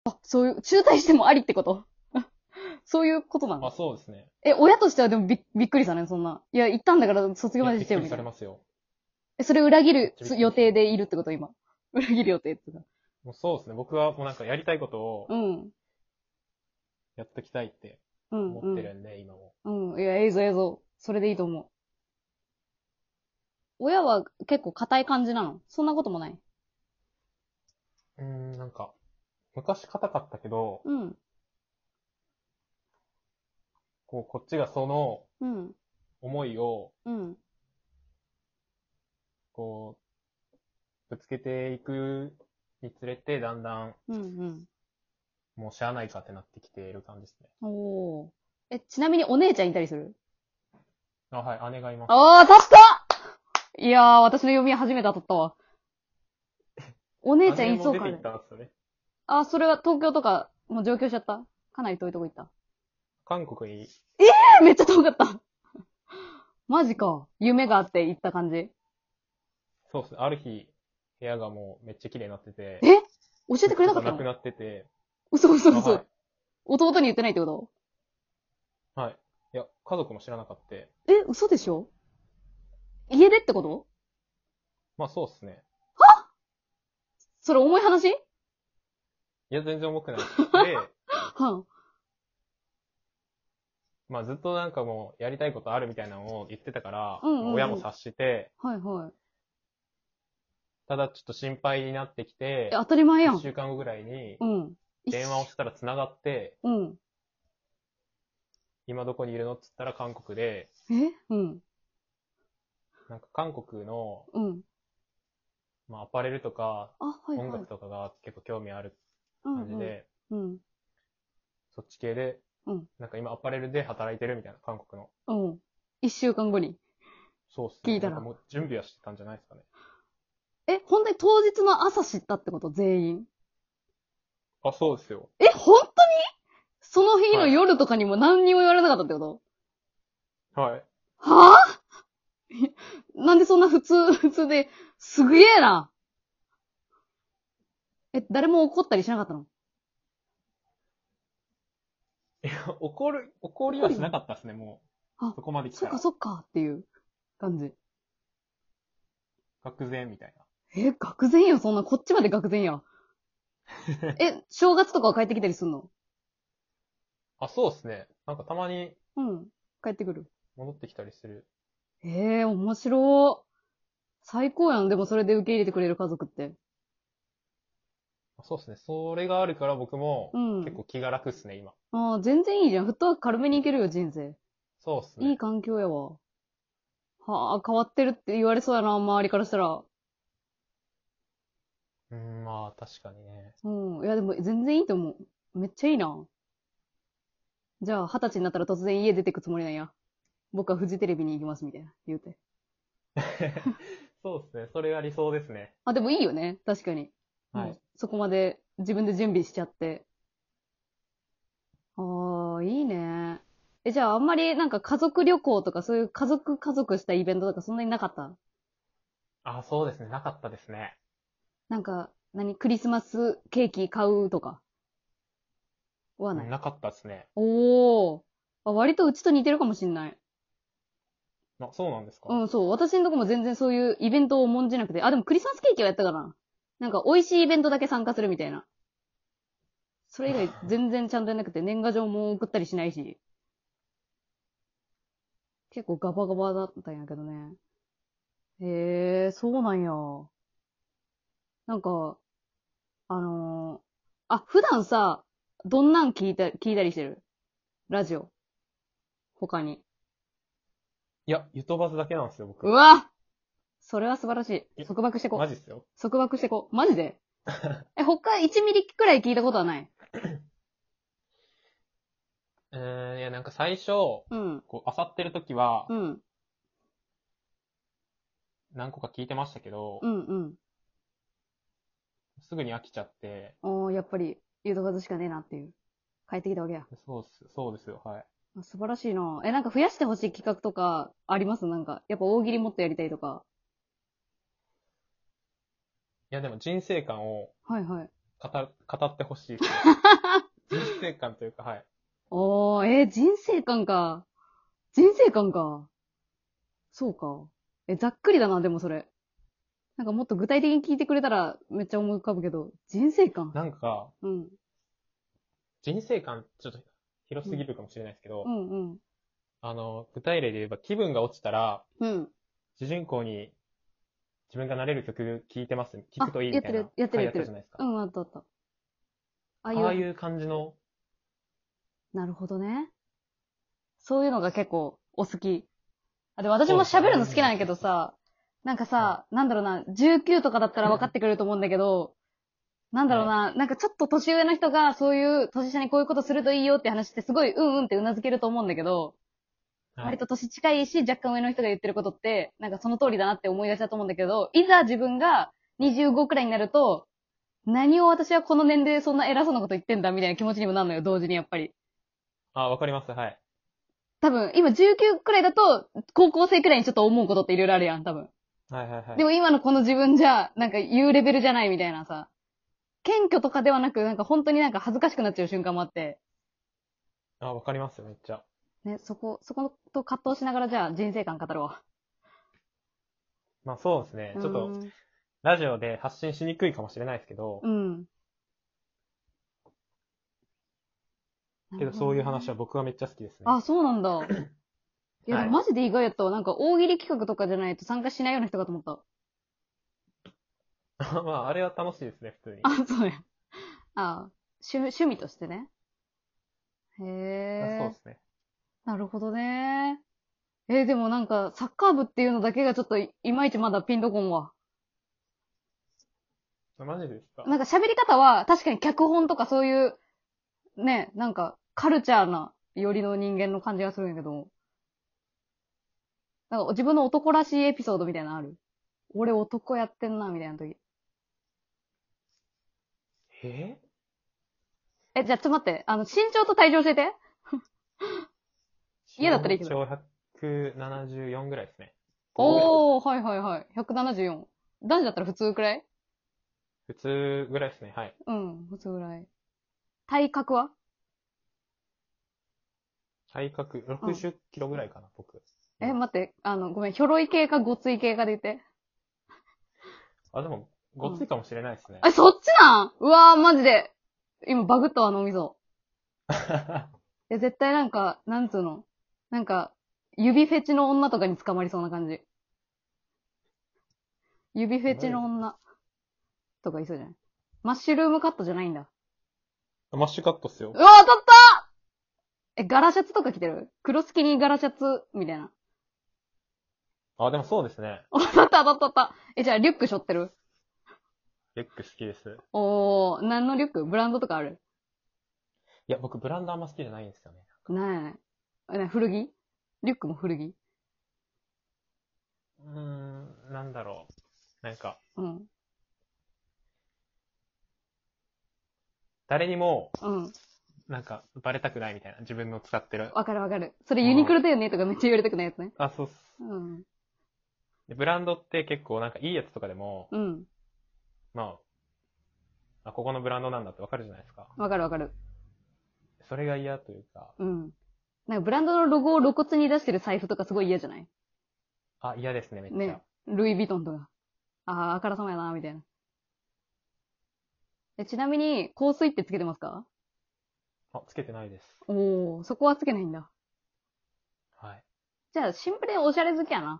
あ、そういう、中退してもありってことそういうことなの？ あ、そうですね。 親としてはでもびっくりしたね、そんな。いや、行ったんだから卒業いや、 までびっくりしてよみたいな。 されますよ。 それ裏切るめっちゃびっくり予します。 定でいるってこと今。裏切る予定ってこと。 もうそうですね。僕はもうなんかやりたいことをうん。 やっときたいってうん、 思っうん。 てるんで、今も。 うん。いや、ええぞええぞ。それでいいと思う。親は結構硬い感じなの？そんなこともない？ なんか、昔硬かったけど、 うん。 こっちがそのうん。 思いを、 うん。 こぶつけていくにつれて、だんだん、 うん。 もうしゃあないかってなってきている感じですね。 うん。おー。ちなみにお姉ちゃんいたりする？ あ、はい、姉がいます。 あー、助かったいやー、私の読み初めて当たったわ。お姉ちゃん姉いそうかね。 も出て行ったんですよね。 あ、それは東京とか、もう上京しちゃった？かなり遠いとこ行った？ 韓国に、 めっちゃ遠かった。マジか。夢があって行った感じ。 そうですね、ある日、部屋がもうめっちゃ綺麗になってて、 教えてくれなかったの？ 服とかなくなってて、 嘘嘘あ、は嘘。弟に言ってないってこい、はい。いや、家族も知らなかった。 と？嘘でしょ？家出ってこと？ まあそうですね。 それ重い話？ いや、全然重くないです。で、 はん。 まあずっとなんかもうやりたいことあるみたいなのを言ってたから、 うんまあうんうん。 親も察して、 はいはい。 ただちょっと心配になってきて、 当たり前や一ん。 週間後ぐらいにうん。 電話をしたら繋がって、 うん。 今どこにいるのって言ったら韓国で、 うん。 なんか韓国の、 うん。 まあアパレルとかあ、はいはい。 音楽とかが結構興味あるうんうん。 感じで、 うん。 そっち系で、 うん。 なんか今アパレルで働いてるみたいな、韓国の。 うん。一週間後にそうっすね。 聞いたら。 なんかもう準備はしてたんじゃないですかね。 本当に当日の朝知ったってこと？全員。 あ、そうですよ。 本当に？その日のはい。 夜とかにも何にも言われなかったってこと？ はい。 はぁ？なんでそんな普通で、すげえな。誰も怒ったりしなかったの？ いや、怒りはしな怒るよね。 かったですね、もあ、 う。そこまで来そったら。 かそっかっていう感じ。 愕然みたいな。 愕然よ、そんな。こっちまで愕然や。正月とかは帰ってきたりすんの？ あ、そうですね。なんかたまにうん。帰ってくる。 戻ってきたりする。 面白い。最高やん。でもそれで受け入れてくれる家族って。 そうですね。それがあるから僕もうん。 結構気が楽っすね、今。 ああ、全然いいじゃん。フットワーク軽めにいけるよ、人生。 そうっすね。 いい環境やわ。はあ、変わってるって言われそうやな、周りからしたら。 まあ確かにね。 うん。いや、でも全然いいと思う。めっちゃいいな。じゃあ、20歳になったら突然家出てくつもりなんや。僕はフジテレビに行きます、みたいな。言うて。 そうですね。それが理想ですね。 あ、でもいいよね。確かに。もう、 はい。 そこまで自分で準備しちゃって。ああ、いいね。じゃあ、あんまりなんか家族旅行とかそういう家族したイベントとかそんなになかった？ あ、そうですね。なかったですね。 なんか、クリスマスケーキ買うとかはない？ なかったですね。 おー。割とうちと似てるかもしんない。 あ、そうなんですか？ うん、そう。私のとこも全然そういうイベントを重んじなくて。あ、でもクリスマスケーキはやったかな。なんか美味しいイベントだけ参加するみたいな。それ以外全然ちゃんとやんなくて、年賀状も送ったりしないし。結構ガバガバだったんやけどね。へえ、そうなんや。なんか、普段さ、どんなん聞いたりしてる？ラジオ。他に。 いや、ゆとばずだけなんですよ、僕。 うわそれは素晴らしい。 いや、 束縛してこ。 マジっすよ。 束縛してこ。マジで？他1ミリくらい聞いたことはない？ いや、なんか最初、 うん。 漁ってる時は、 うん。 何個か聞いてましたけど、 うんうん。 すぐに飽きちゃって、 やっぱり、ゆとばずしかねえなっていう。帰ってきたわけや。 そうですよ、はい。 素晴らしいな。なんか増やしてほしい企画とかあります？なんか、やっぱ大喜利もっとやりたいとか。 いや、でも人生観をはいはい。 語ってほしいですね。人生観というか、はい。 人生観か。人生観か。そうか。ざっくりだな、でもそれ。なんかもっと具体的に聞いてくれたらめっちゃ思い浮かぶけど、人生観。 なんか、 うん。 人生観、ちょっと広すぎるかもしれないですけど、 うんうん。 具体例で言えば気分が落ちたら、 うん。 主人公に自分がなれる曲聴いてます、聴くあ、 といいみたいなやってる、やってる、 回あやってる。 ったじゃないですか。 うん、あったあった。ああいう、 ああいう感じの、 なるほどね。そういうのが結構お好き。あ、でも私もそうですね、あ喋るの好きなんやあいうのめっちゃ好きです。 けどさ、なんかはい。 さ、なんだろうな、19とかだったら分かってくれると思うんだけど、なんだろうはい。 な、なんかちょっと年上の人がそういう年下にこういうことするといいよって話してすごいうんうんって頷けると思うんだけど、 はい。 割と年近いし若干上の人が言ってることって、なんかその通りだなって思い出しちゃうと思うんだけど、いざ自分が25くらいになると、何を私はこの年齢でそんな偉そうなこと言ってんだみたいな気持ちにもなるのよ、同時にやっぱり。 あ、わかります。はい。 多分、今19くらいだと、高校生くらいにちょっと思うことっていろいろあるやん、多分。 はいはいはい。 でも今のこの自分じゃ、なんか言うレベルじゃないみたいなさ、謙虚とかではなく、なんか本当になんか恥ずかしくなっちゃう瞬間もあって、 あ、わかりますよ、めっちゃ。 ね、そこと葛藤しながらじゃあ人生観語るわ。 まあそうですね。 うーちょっと、 ん。 ラジオで発信しにくいかもしれないですけど、 うん。なけどるほどね。 そういう話は僕はめっちゃ好きですね。 あ、そうなんだ。いや、ではい。 もマジで意外やったわ。なんか大喜利企画とかじゃないと参加しないような人かと思った。 まあ、あれは楽しいですね、普通に。 あ、そうや。あ、趣味としてね。へあ、そうえ。 ですね。 なるほどね。でもなんか、サッカー部っていうのだけがちょっといまいちまだピンとこんわ。 マジですか？ なんか喋り方は、確かに脚本とかそういう、ね、なんか、カルチャーな、よりの人間の感じがするんやけど、なんか自分の男らしいエピソードみたいなのある？俺男やってんな、みたいな時。 えじゃあちょっと待って。身長と体重教えて。嫌だったらいいけど。 身長174ぐらいですね。5ぐらいか。 おー、はいはいはい。174。男子だったら普通くらい？ 普通ぐらいですね。はい。 うん、普通くらい。体格は？ 体格うん。 60キロぐらいかな、僕。今。 待って、ごめん、ひょろい系かごつい系かで言って。 あ、でも、 うん。 ごついかもしれないですね。 そっちなん？うわー、マジで。今バグったわ、脳みそ。絶対なんか、なんつうの。なんか、指フェチの女とかに捕まりそうな感じ。指フェチの女とかいそうじゃない？マッシュルームカットじゃないんだ。 マッシュカットっすよ。 うわー、当たった！ガラシャツとか着てる？黒スキニーガラシャツみたいな。 あ、でもそうですね。 当たった当たった当たった。じゃあリュック背負ってる？ リュック好きです。 何のリュック？ブランドとかある？ いや、僕ブランドあんま好きじゃないんですよね。 ない。古着？リュックも古着？ なんだろう。なんか、 うん。 誰にも、 うん。 なんか、バレたくないみたいな。自分の使ってるわかるわかる。それユニクもの。 ロだよねとかめっちゃ言われたくないやつね。 あ、そうっす。 うん。 でブランドって結構なんかいいやつとかでも、 うん。 まここのブランドなんだってわかるじゃないですか。 わかるわかる。 それが嫌というか、 うん。なんかブランドのロゴを露骨に出してる財布とかすごい嫌じゃない？ あ、嫌ですね、めっちゃ。 ね。ルイ・ヴィトンとか。あからさまやな、みたいな。ちなみに、香水ってつけてますか？ あ、つけてないです。 そこはつけないんだ。 はい。 じゃあ、シンプルにおしゃれ好きやな。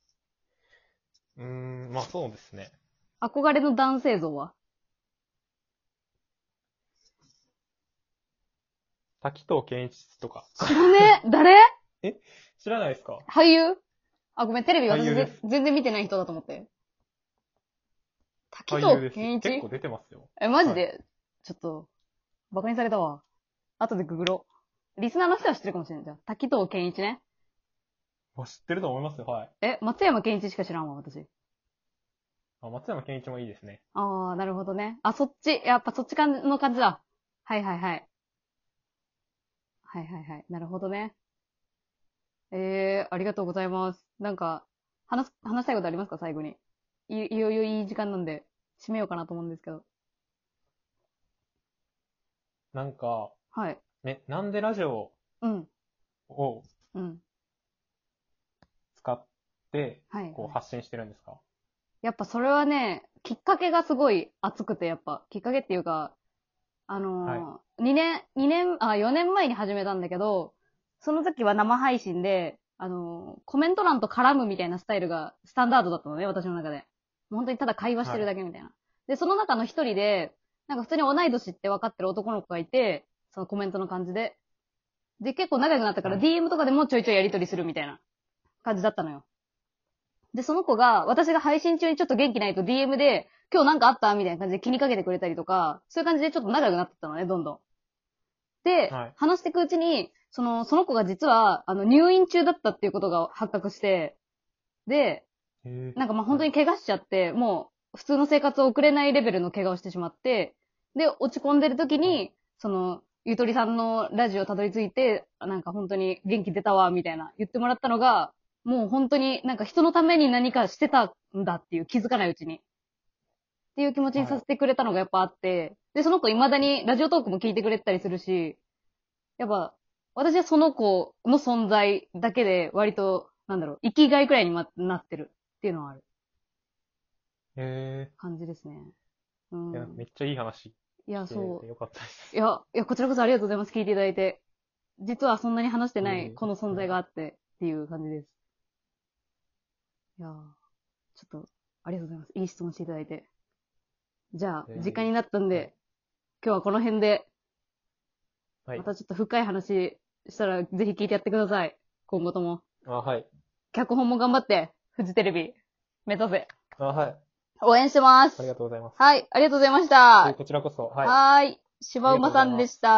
まあそうですね。 憧れの男性像は？ 滝藤賢一とか。 知らねえ。誰？ え知らないですか？ 俳優？あ、ごめん、テレビ私俳優です。 全然見てない人だと思って。滝藤俳優です。 健一？ 結構出てますよ。 マジはい。 でちょっと、バカにされたわ。後でググろう。リスナーの人は知ってるかもしれないじゃん。滝藤健一ね。 知ってると思いますよ。はい。 松山健一しか知らんわ、私。 あ、松山健一もいいですね。 なるほどね。そっち。やっぱそっちの感じだ。はいはいはい。はいはいはい。なるほどね。ありがとうございます。なんか、話したいことありますか最後に。いよいよいい時間なんで、締めようかなと思うんですけど。 なんか、 はい。 ね、なんでラジオうん。 をうん。 使って、 はい。 こう発信してるんですか？ やっぱそれはね、きっかけがすごい熱くて、やっぱ、きっかけっていうか、 はい。 4年前に始めたんだけど、その時は生配信で、コメント欄と絡むみたいなスタイルがスタンダードだったのね、私の中で。もう本当にただ会話してるはい。 だけみたいな。で、その中の一人で、なんか普通に同い年って分かってる男の子がいて、そのコメントの感じで。で、結構仲良くなったからはい。 DM とかでもちょいちょいやり取りするみたいな感じだったのよ。で、その子が、私が配信中にちょっと元気ないと DM で、今日なんかあったみたいな感じで気にかけてくれたりとか、そういう感じでちょっと仲良くなってったのね、どんどん。で、 はい。 話していくうちに、その子が実は、入院中だったっていうことが発覚して、で、なんかまあ本はい。 当に怪我しちゃって、もう普通の生活を送れないレベルの怪我をしてしまって、で、落ち込んでる時はい。 に、ゆとりさんのラジオたどり着いて、なんか本当に元気出たわ、みたいな言ってもらったのが、もう本当になんか人のために何かしてたんだっていう気づかないうちに。っていう気持ちにはい。 させてくれたのがやっぱあって、で、その子未だにラジオトークも聞いてくれてたりするし、やっぱ、私はその子の存在だけで割と、なんだろう、生きがいくらいになってるっていうのはあるえ感じですね。ういや、 ん。 めっちゃいい話いや、 聞けそてよかったです。 う。いや、こちらこそありがとうございます。聞いていただいて。実はそんなに話してないえこの存はい。 在があってっていう感じです。いやー、ちょっと、ありがとうございます。いい質問していただいて。じゃあ、時間になったんはい。 で、今日はこの辺で、 はい。 またちょっと深い話したら、ぜひ聞いてやってください。今後とも。 あ、はい。 脚本も頑張って、フジテレビ、目指せ。 あ、はい。 応援してまありがす。 とうございます。 はい、ありがとうございました。 こちらこそ、はい。 はーい。柴ありがとうご馬さざいます。 んでした。